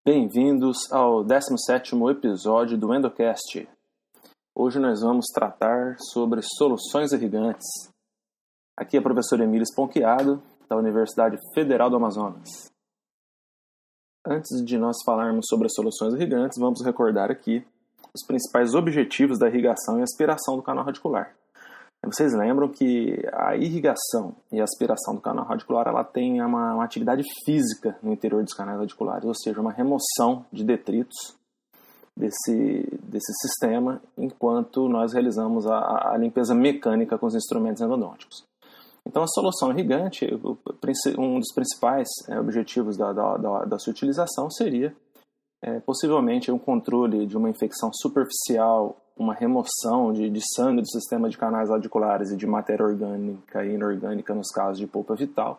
Bem-vindos ao 17º episódio do Endocast. Hoje nós vamos tratar sobre soluções irrigantes. Aqui é o professor Emílio Sponchiado, da Universidade Federal do Amazonas. Antes de nós falarmos sobre as soluções irrigantes, vamos recordar aqui os principais objetivos da irrigação e aspiração do canal radicular. Vocês lembram que a irrigação e a aspiração do canal radicular ela tem uma atividade física no interior dos canais radiculares, ou seja, uma remoção de detritos desse sistema, enquanto nós realizamos a limpeza mecânica com os instrumentos endodônticos. Então, a solução irrigante, um dos principais objetivos da sua utilização seria possivelmente um controle de uma infecção superficial, uma remoção de sangue do sistema de canais radiculares e de matéria orgânica e inorgânica nos casos de polpa vital,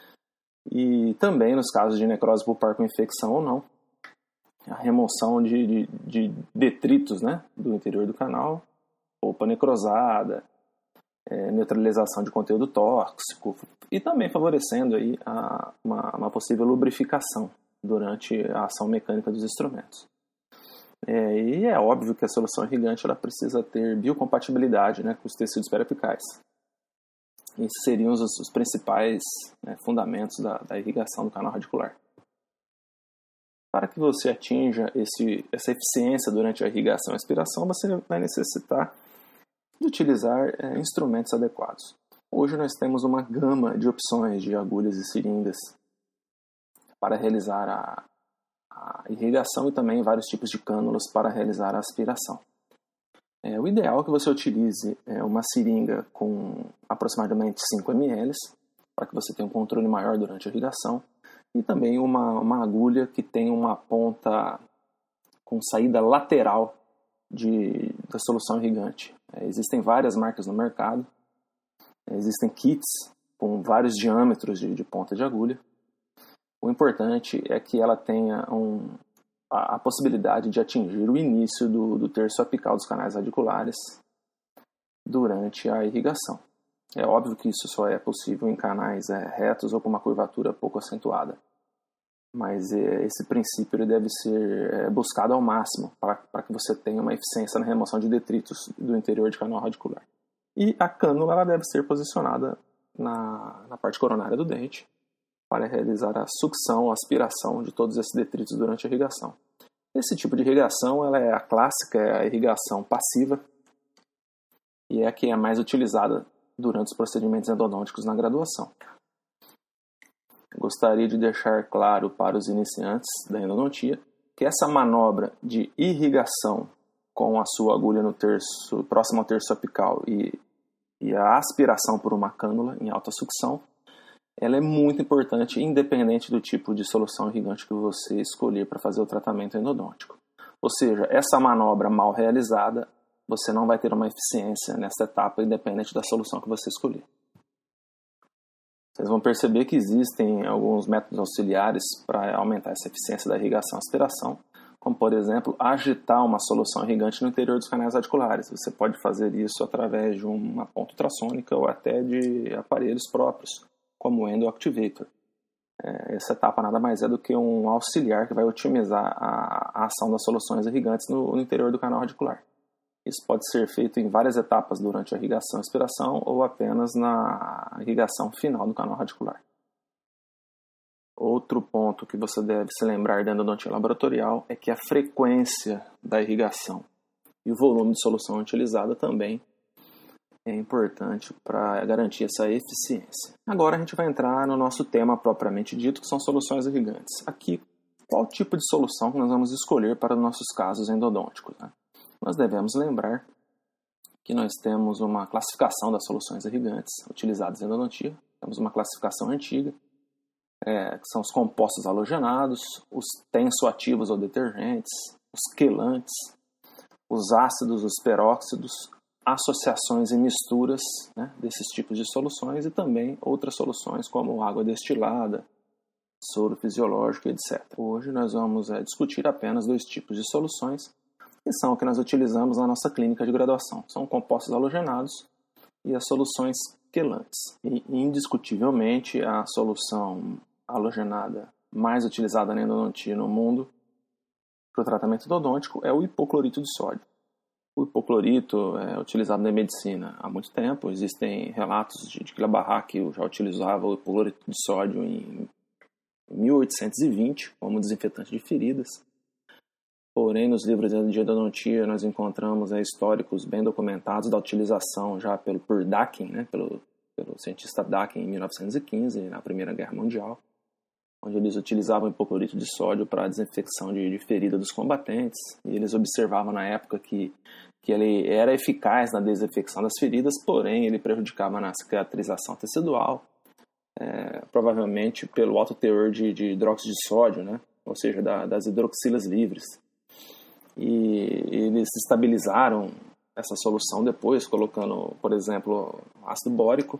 e também nos casos de necrose pulpar com infecção ou não, a remoção de detritos, do interior do canal, polpa necrosada, neutralização de conteúdo tóxico e também favorecendo aí uma possível lubrificação durante a ação mecânica dos instrumentos. E é óbvio que a solução irrigante ela precisa ter biocompatibilidade com os tecidos periapicais. Esses seriam os principais fundamentos da irrigação do canal radicular. Para que você atinja essa eficiência durante a irrigação e aspiração, você vai necessitar de utilizar instrumentos adequados. Hoje nós temos uma gama de opções de agulhas e seringas para realizar a irrigação e também vários tipos de cânulas para realizar a aspiração. O ideal é que você utilize uma seringa com aproximadamente 5 ml, para que você tenha um controle maior durante a irrigação, e também uma agulha que tenha uma ponta com saída lateral da solução irrigante. Existem várias marcas no mercado, existem kits com vários diâmetros de ponta de agulha. O importante é que ela tenha a possibilidade de atingir o início do terço apical dos canais radiculares durante a irrigação. É óbvio que isso só é possível em canais retos ou com uma curvatura pouco acentuada. Mas esse princípio ele deve ser buscado ao máximo para que você tenha uma eficiência na remoção de detritos do interior de canal radicular. E a cânula ela deve ser posicionada na parte coronária do dente, para realizar a sucção, a aspiração de todos esses detritos durante a irrigação. Esse tipo de irrigação ela é a clássica, é a irrigação passiva, e é a que é mais utilizada durante os procedimentos endodônticos na graduação. Gostaria de deixar claro para os iniciantes da endodontia que essa manobra de irrigação com a sua agulha no terço, próximo ao terço apical e a aspiração por uma cânula em alta sucção, ela é muito importante, independente do tipo de solução irrigante que você escolher para fazer o tratamento endodôntico. Ou seja, essa manobra mal realizada, você não vai ter uma eficiência nessa etapa, independente da solução que você escolher. Vocês vão perceber que existem alguns métodos auxiliares para aumentar essa eficiência da irrigação e aspiração, como, por exemplo, agitar uma solução irrigante no interior dos canais radiculares. Você pode fazer isso através de uma ponta ultrassônica ou até de aparelhos próprios, como o Endoactivator. Essa etapa nada mais é do que um auxiliar que vai otimizar a ação das soluções irrigantes no interior do canal radicular. Isso pode ser feito em várias etapas durante a irrigação e aspiração ou apenas na irrigação final do canal radicular. Outro ponto que você deve se lembrar da endodontia laboratorial é que a frequência da irrigação e o volume de solução utilizada também é importante para garantir essa eficiência. Agora a gente vai entrar no nosso tema propriamente dito, que são soluções irrigantes. Aqui, qual tipo de solução que nós vamos escolher para os nossos casos endodônticos? Nós devemos lembrar que nós temos uma classificação das soluções irrigantes utilizadas em endodontia. Temos uma classificação antiga, que são os compostos halogenados, os tensoativos ou detergentes, os quelantes, os ácidos, os peróxidos, associações e misturas desses tipos de soluções e também outras soluções como água destilada, soro fisiológico, etc. Hoje nós vamos discutir apenas 2 tipos de soluções que são o que nós utilizamos na nossa clínica de graduação. São compostos halogenados e as soluções quelantes. E indiscutivelmente a solução halogenada mais utilizada na endodontia no mundo para o tratamento endodôntico é o hipoclorito de sódio. O hipoclorito é utilizado na medicina há muito tempo. Existem relatos de que Labarraque já utilizava o hipoclorito de sódio em 1820 como desinfetante de feridas. Porém, nos livros de endodontia nós encontramos históricos bem documentados da utilização já por Dakin, né, pelo cientista Dakin em 1915, na Primeira Guerra Mundial, onde eles utilizavam hipoclorito de sódio para a desinfecção de ferida dos combatentes. E eles observavam na época que ele era eficaz na desinfecção das feridas, porém ele prejudicava na cicatrização tecidual, provavelmente pelo alto teor de hidróxido de sódio, né? Ou seja, das hidroxilas livres. E eles estabilizaram essa solução depois, colocando, por exemplo, ácido bórico.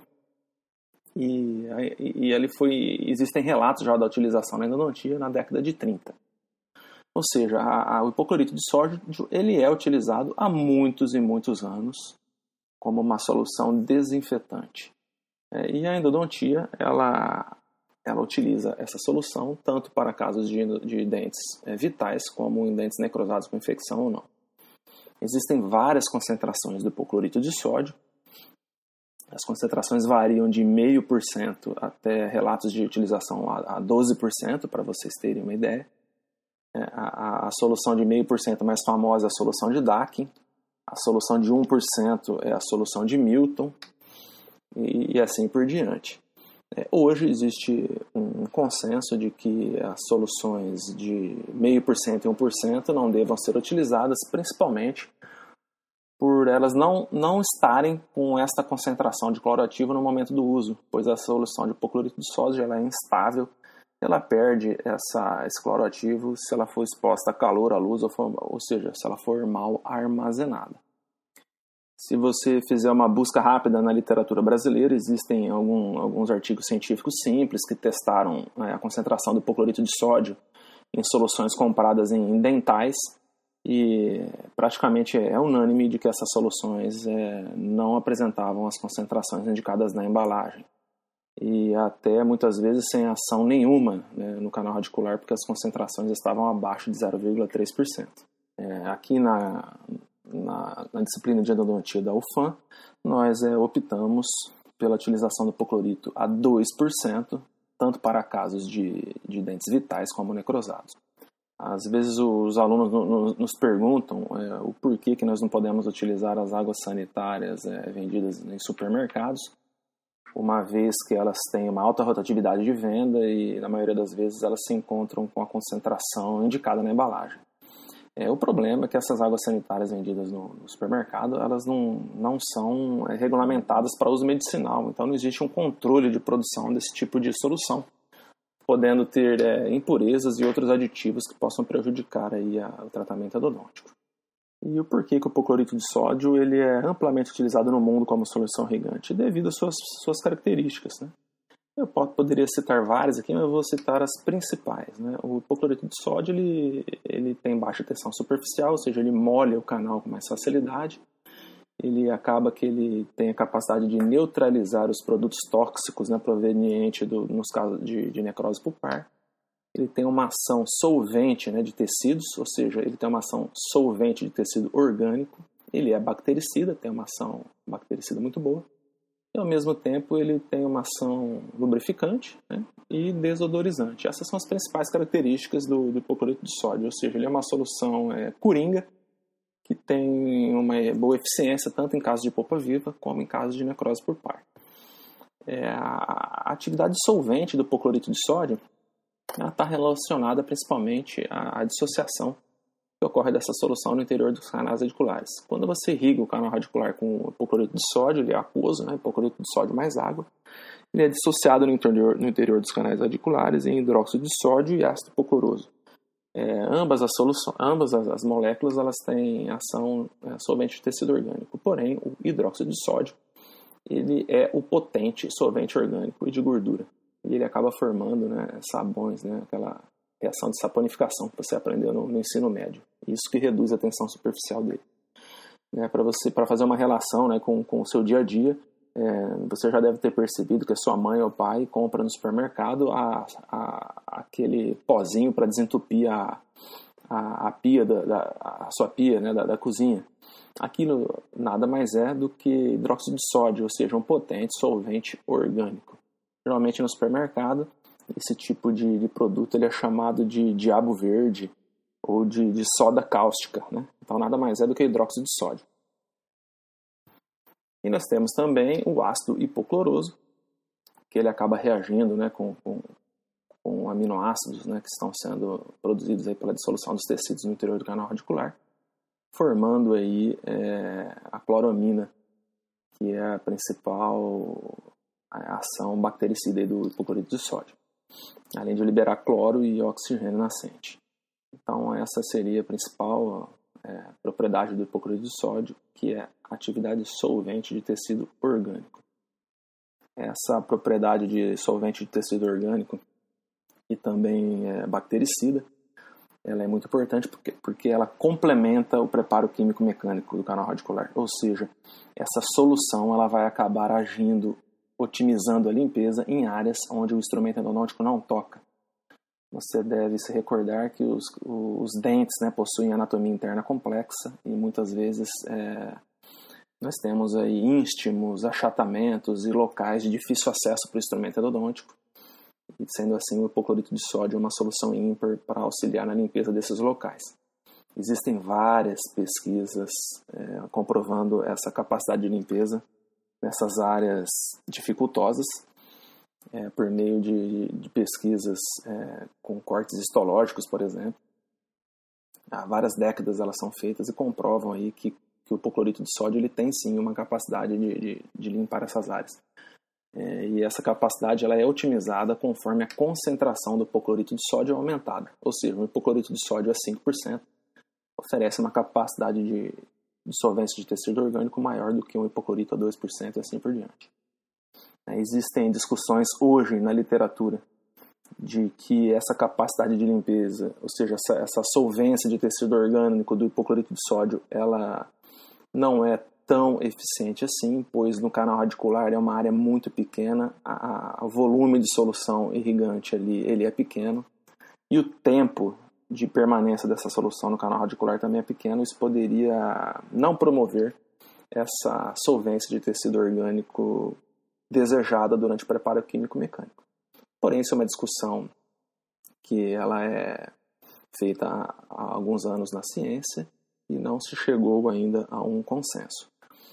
E existem relatos já da utilização na endodontia na década de 30. Ou seja, o hipoclorito de sódio ele é utilizado há muitos e muitos anos como uma solução desinfetante. E a endodontia, ela utiliza essa solução tanto para casos de dentes vitais como em dentes necrosados com infecção ou não. Existem várias concentrações do hipoclorito de sódio. As concentrações variam de 0,5% até relatos de utilização a 12%, para vocês terem uma ideia. A solução de 0,5% mais famosa é a solução de Dakin. A solução de 1% é a solução de Milton. E assim por diante. Hoje existe um consenso de que as soluções de 0,5% e 1% não devam ser utilizadas, principalmente por elas não estarem com esta concentração de cloro ativo no momento do uso, pois a solução de hipoclorito de sódio ela é instável, ela perde esse cloro ativo se ela for exposta a calor, à luz, ou seja, se ela for mal armazenada. Se você fizer uma busca rápida na literatura brasileira, existem alguns artigos científicos simples que testaram a concentração do hipoclorito de sódio em soluções compradas em dentais, e praticamente é unânime de que essas soluções não apresentavam as concentrações indicadas na embalagem. E até muitas vezes sem ação nenhuma, né, no canal radicular, porque as concentrações estavam abaixo de 0,3%. Aqui na disciplina de endodontia da UFAM, nós optamos pela utilização do hipoclorito a 2%, tanto para casos de dentes vitais como necrosados. Às vezes os alunos nos perguntam o porquê que nós não podemos utilizar as águas sanitárias vendidas em supermercados, uma vez que elas têm uma alta rotatividade de venda e, na maioria das vezes, elas se encontram com a concentração indicada na embalagem. O problema é que essas águas sanitárias vendidas no supermercado, elas não são regulamentadas para uso medicinal, então não existe um controle de produção desse tipo de solução, podendo ter impurezas e outros aditivos que possam prejudicar aí o tratamento endodôntico. E o porquê que o hipoclorito de sódio ele é amplamente utilizado no mundo como solução irrigante? Devido às suas características, né? Eu poderia citar várias aqui, mas eu vou citar as principais, né? O hipoclorito de sódio ele tem baixa tensão superficial, ou seja, ele molha o canal com mais facilidade. Ele acaba que ele tem a capacidade de neutralizar os produtos tóxicos, né, provenientes nos casos de necrose pulpar. Ele tem uma ação solvente, né, de tecidos, ou seja, ele tem uma ação solvente de tecido orgânico. Ele é bactericida, tem uma ação bactericida muito boa. E, ao mesmo tempo, ele tem uma ação lubrificante, né, e desodorizante. Essas são as principais características do hipoclorito de sódio, ou seja, ele é uma solução coringa, que tem uma boa eficiência tanto em casos de polpa viva como em casos de necrose por par. A atividade solvente do hipoclorito de sódio está relacionada principalmente à dissociação que ocorre dessa solução no interior dos canais radiculares. Quando você irriga o canal radicular com hipoclorito de sódio, ele é aquoso, né, hipoclorito de sódio mais água, ele é dissociado no interior dos canais radiculares em hidróxido de sódio e ácido hipocloroso. Ambas as moléculas elas têm ação solvente de tecido orgânico, porém o hidróxido de sódio ele é o potente solvente orgânico e de gordura, e ele acaba formando, né, sabões, né, aquela reação de saponificação que você aprendeu no ensino médio, isso que reduz a tensão superficial dele. Para fazer uma relação, né, com o seu dia a dia, você já deve ter percebido que a sua mãe ou pai compra no supermercado aquele pozinho para desentupir a pia a sua pia, né, da cozinha, aquilo nada mais é do que hidróxido de sódio, ou seja, um potente solvente orgânico. Geralmente no supermercado, esse tipo de produto ele é chamado de diabo verde ou de soda cáustica, né? Então nada mais é do que hidróxido de sódio. E nós temos também o ácido hipocloroso, que ele acaba reagindo, né, com aminoácidos, né, que estão sendo produzidos aí pela dissolução dos tecidos no interior do canal radicular, formando aí a cloramina, que é a principal ação bactericida aí do hipoclorito de sódio, além de liberar cloro e oxigênio nascente. Então essa seria a principal propriedade do hipoclorito de sódio, que é a atividade solvente de tecido orgânico. Essa propriedade de solvente de tecido orgânico e também bactericida, ela é muito importante porque ela complementa o preparo químico-mecânico do canal radicular. Ou seja, essa solução ela vai acabar agindo, otimizando a limpeza em áreas onde o instrumento endodôntico não toca. Você deve se recordar que os dentes, né, possuem anatomia interna complexa e muitas vezes nós temos aí ínstimos, achatamentos e locais de difícil acesso para o instrumento endodôntico. E sendo assim, o hipoclorito de sódio é uma solução ímpar para auxiliar na limpeza desses locais. Existem várias pesquisas comprovando essa capacidade de limpeza nessas áreas dificultosas, por meio de pesquisas com cortes histológicos, por exemplo. Há várias décadas elas são feitas e comprovam aí que o hipoclorito de sódio ele tem sim uma capacidade de limpar essas áreas. E essa capacidade ela é otimizada conforme a concentração do hipoclorito de sódio é aumentada. Ou seja, um hipoclorito de sódio a 5% oferece uma capacidade de solvência de tecido orgânico maior do que um hipoclorito a 2% e assim por diante. Existem discussões hoje na literatura de que essa capacidade de limpeza, ou seja, essa solvência de tecido orgânico do hipoclorito de sódio, ela não é tão eficiente assim, pois no canal radicular é uma área muito pequena, o volume de solução irrigante ali ele é pequeno e o tempo de permanência dessa solução no canal radicular também é pequeno. Isso poderia não promover essa solvência de tecido orgânico desejada durante o preparo químico-mecânico. Porém, isso é uma discussão que ela é feita há alguns anos na ciência e não se chegou ainda a um consenso.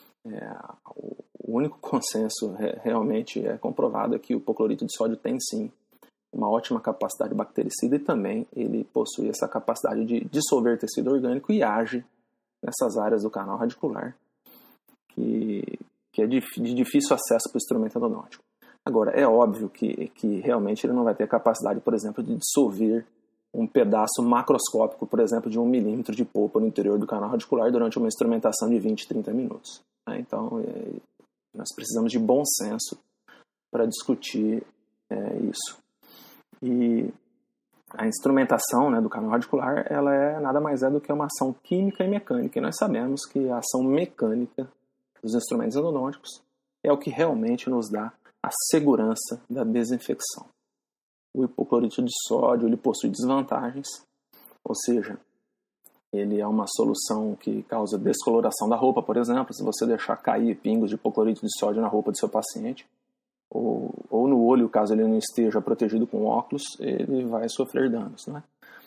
O único consenso realmente comprovado é que o hipoclorito de sódio tem sim uma ótima capacidade bactericida e também ele possui essa capacidade de dissolver tecido orgânico e age nessas áreas do canal radicular que é de difícil acesso para o instrumento endodôntico. Agora, é óbvio que realmente ele não vai ter a capacidade, por exemplo, de dissolver um pedaço macroscópico, por exemplo, de 1 milímetro de polpa no interior do canal radicular durante uma instrumentação de 20, 30 minutos. Então, nós precisamos de bom senso para discutir isso. E a instrumentação, né, do canal radicular, ela nada mais é do que uma ação química e mecânica. E nós sabemos que a ação mecânica dos instrumentos endodônticos é o que realmente nos dá a segurança da desinfecção. O hipoclorito de sódio ele possui desvantagens, ou seja, ele é uma solução que causa descoloração da roupa, por exemplo, se você deixar cair pingos de hipoclorito de sódio na roupa do seu paciente, ou no olho, caso ele não esteja protegido com óculos, ele vai sofrer danos, né?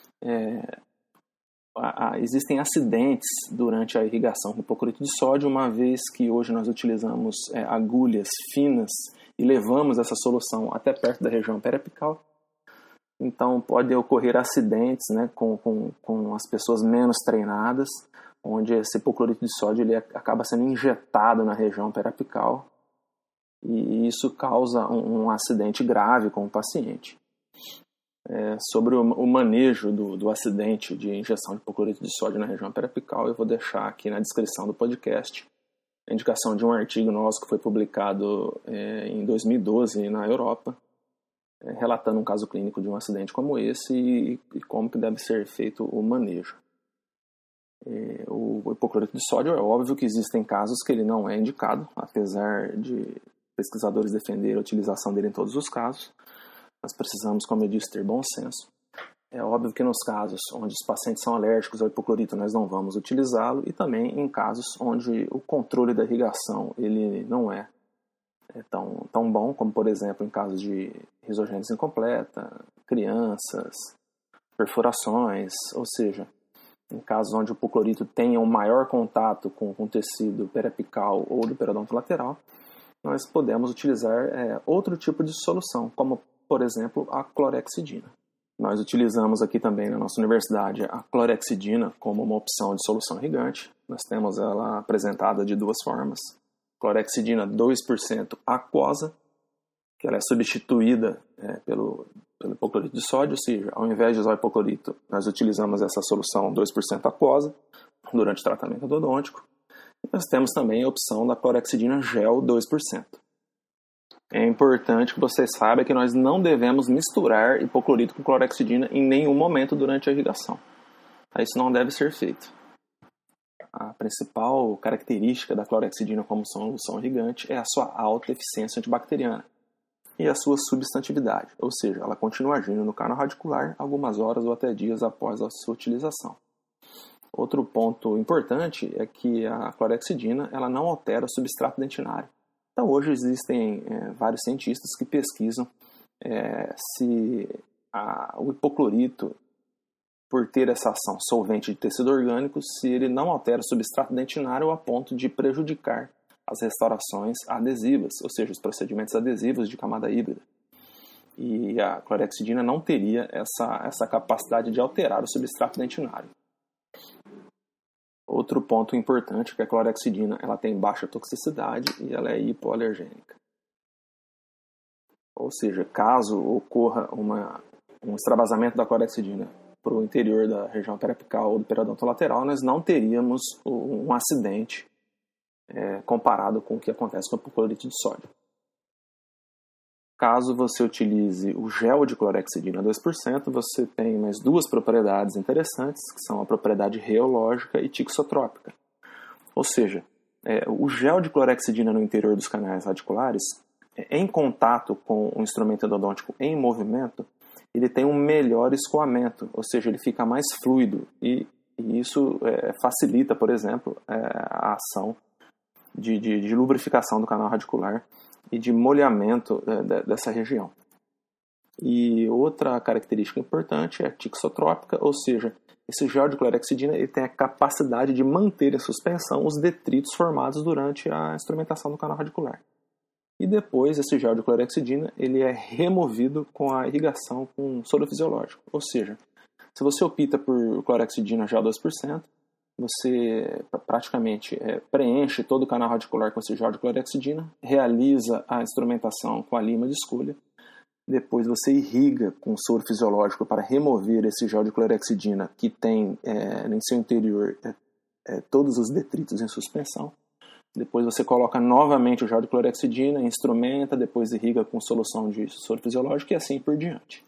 Existem acidentes durante a irrigação com hipoclorito de sódio, uma vez que hoje nós utilizamos agulhas finas e levamos essa solução até perto da região periapical. Então pode ocorrer acidentes, né, com as pessoas menos treinadas, onde esse hipoclorito de sódio ele acaba sendo injetado na região periapical e isso causa um acidente grave com o paciente. Sobre o manejo do acidente de injeção de hipoclorito de sódio na região periapical, eu vou deixar aqui na descrição do podcast a indicação de um artigo nosso que foi publicado em 2012 na Europa, relatando um caso clínico de um acidente como esse e como que deve ser feito o manejo. O hipoclorito de sódio, é óbvio que existem casos que ele não é indicado, apesar de pesquisadores defenderem a utilização dele em todos os casos. Nós precisamos, como eu disse, ter bom senso. É óbvio que nos casos onde os pacientes são alérgicos ao hipoclorito nós não vamos utilizá-lo, e também em casos onde o controle da irrigação ele não é tão bom, como por exemplo em casos de risogênese incompleta, crianças, perfurações, ou seja, em casos onde o hipoclorito tenha um maior contato com o tecido periapical ou do periodonto lateral, nós podemos utilizar outro tipo de solução, como por exemplo a clorexidina. Nós utilizamos aqui também na nossa universidade a clorexidina como uma opção de solução irrigante. Nós temos ela apresentada de duas formas. Clorexidina 2% aquosa, que ela é substituída pelo hipoclorito de sódio, ou seja, ao invés de usar o hipoclorito, nós utilizamos essa solução 2% aquosa durante o tratamento odontológico. E nós temos também a opção da clorexidina gel 2%. É importante que você saiba que nós não devemos misturar hipoclorito com clorexidina em nenhum momento durante a irrigação. Isso não deve ser feito. A principal característica da clorexidina como solução irrigante é a sua alta eficiência antibacteriana e a sua substantividade, ou seja, ela continua agindo no canal radicular algumas horas ou até dias após a sua utilização. Outro ponto importante é que a clorexidina ela não altera o substrato dentinário. Então, hoje existem vários cientistas que pesquisam se o hipoclorito, por ter essa ação solvente de tecido orgânico, se ele não altera o substrato dentinário a ponto de prejudicar as restaurações adesivas, ou seja, os procedimentos adesivos de camada híbrida. E a clorexidina não teria essa capacidade de alterar o substrato dentinário. Outro ponto importante é que a clorexidina ela tem baixa toxicidade e ela é hipoalergênica. Ou seja, caso ocorra um extravasamento da clorexidina para o interior da região periapical ou do periodonto lateral, nós não teríamos um acidente comparado com o que acontece com o hipoclorito de sódio. Caso você utilize o gel de clorexidina 2%, você tem mais duas propriedades interessantes, que são a propriedade reológica e tixotrópica. Ou seja, o gel de clorexidina no interior dos canais radiculares, em contato com o instrumento endodôntico em movimento, ele tem um melhor escoamento, ou seja, ele fica mais fluido e isso facilita, por exemplo, a ação de lubrificação do canal radicular e de molhamento dessa região. E outra característica importante é a tixotrópica, ou seja, esse gel de clorexidina ele tem a capacidade de manter em suspensão os detritos formados durante a instrumentação do canal radicular. E depois esse gel de clorexidina ele é removido com a irrigação com soro fisiológico. Ou seja, se você opta por clorexidina gel 2%, você praticamente preenche todo o canal radicular com esse gel de clorexidina, realiza a instrumentação com a lima de escolha, depois você irriga com soro fisiológico para remover esse gel de clorexidina que tem em seu interior todos os detritos em suspensão. Depois você coloca novamente o gel de clorexidina, instrumenta, depois irriga com solução de soro fisiológico e assim por diante.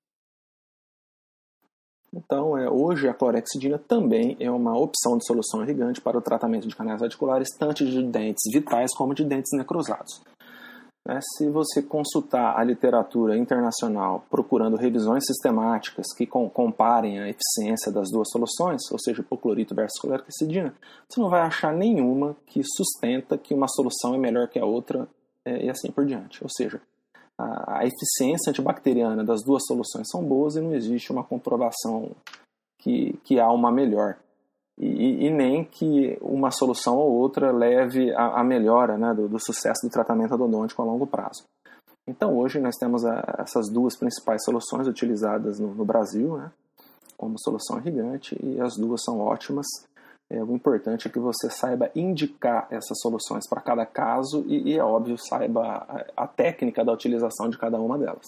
Então, hoje a clorexidina também é uma opção de solução irrigante para o tratamento de canais radiculares, tanto de dentes vitais como de dentes necrosados. Se você consultar a literatura internacional procurando revisões sistemáticas que comparem a eficiência das duas soluções, ou seja, hipoclorito versus clorexidina, você não vai achar nenhuma que sustenta que uma solução é melhor que a outra e assim por diante. Ou seja, a eficiência antibacteriana das duas soluções são boas e não existe uma comprovação que há uma melhor. E nem que uma solução ou outra leve à melhora do sucesso do tratamento odontológico a longo prazo. Então hoje nós temos essas duas principais soluções utilizadas no Brasil, como solução irrigante, e as duas são ótimas. O importante é que você saiba indicar essas soluções para cada caso e é óbvio, saiba a técnica da utilização de cada uma delas.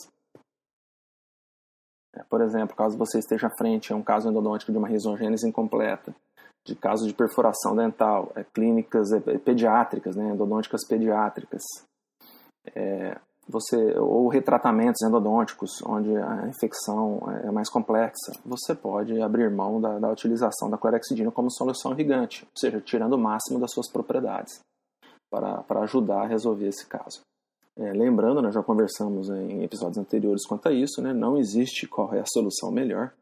Por exemplo, caso você esteja frente a um caso endodôntico de uma risogênese incompleta, de casos de perfuração dental, clínicas pediátricas, endodônticas pediátricas, ou retratamentos endodônticos, onde a infecção é mais complexa, você pode abrir mão da utilização da clorexidina como solução irrigante, ou seja, tirando o máximo das suas propriedades, para ajudar a resolver esse caso. Lembrando, nós já conversamos em episódios anteriores quanto a isso, não existe qual é a solução melhor,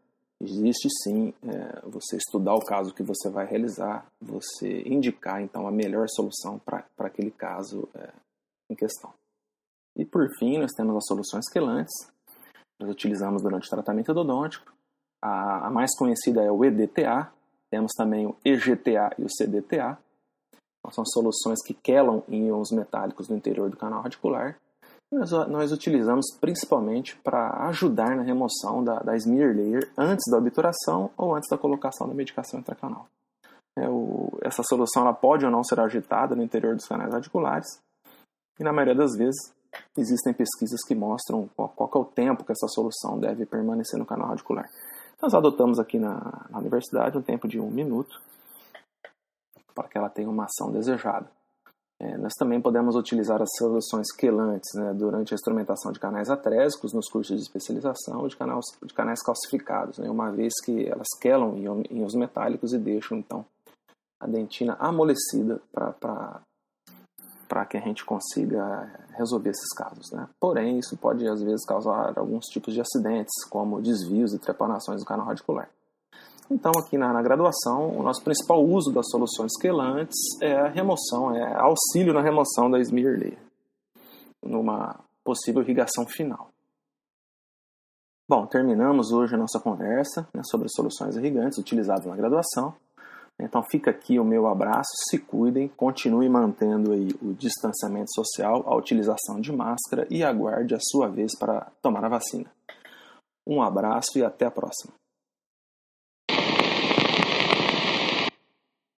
existe sim você estudar o caso que você vai realizar, você indicar então a melhor solução para aquele caso em questão. E por fim, nós temos as soluções quelantes, nós utilizamos durante o tratamento endodôntico. A mais conhecida é o EDTA, temos também o EGTA e o CDTA. Então, são soluções que quelam íons metálicos no interior do canal radicular. Nós utilizamos principalmente para ajudar na remoção da smear layer antes da obturação ou antes da colocação da medicação intracanal. Essa solução ela pode ou não ser agitada no interior dos canais radiculares e na maioria das vezes existem pesquisas que mostram qual é o tempo que essa solução deve permanecer no canal radicular. Nós adotamos aqui na universidade um tempo de 1 minuto para que ela tenha uma ação desejada. Nós também podemos utilizar as soluções quelantes durante a instrumentação de canais atrésicos nos cursos de especialização de canais calcificados, uma vez que elas quelam íons metálicos e deixam então a dentina amolecida para que a gente consiga resolver esses casos. Porém, isso pode às vezes causar alguns tipos de acidentes, como desvios e trepanações do canal radicular. Então, aqui na graduação, o nosso principal uso das soluções quelantes é a remoção, auxílio na remoção da smear layer, numa possível irrigação final. Bom, terminamos hoje a nossa conversa sobre soluções irrigantes utilizadas na graduação. Então fica aqui o meu abraço, se cuidem, continue mantendo aí o distanciamento social, a utilização de máscara e aguarde a sua vez para tomar a vacina. Um abraço e até a próxima.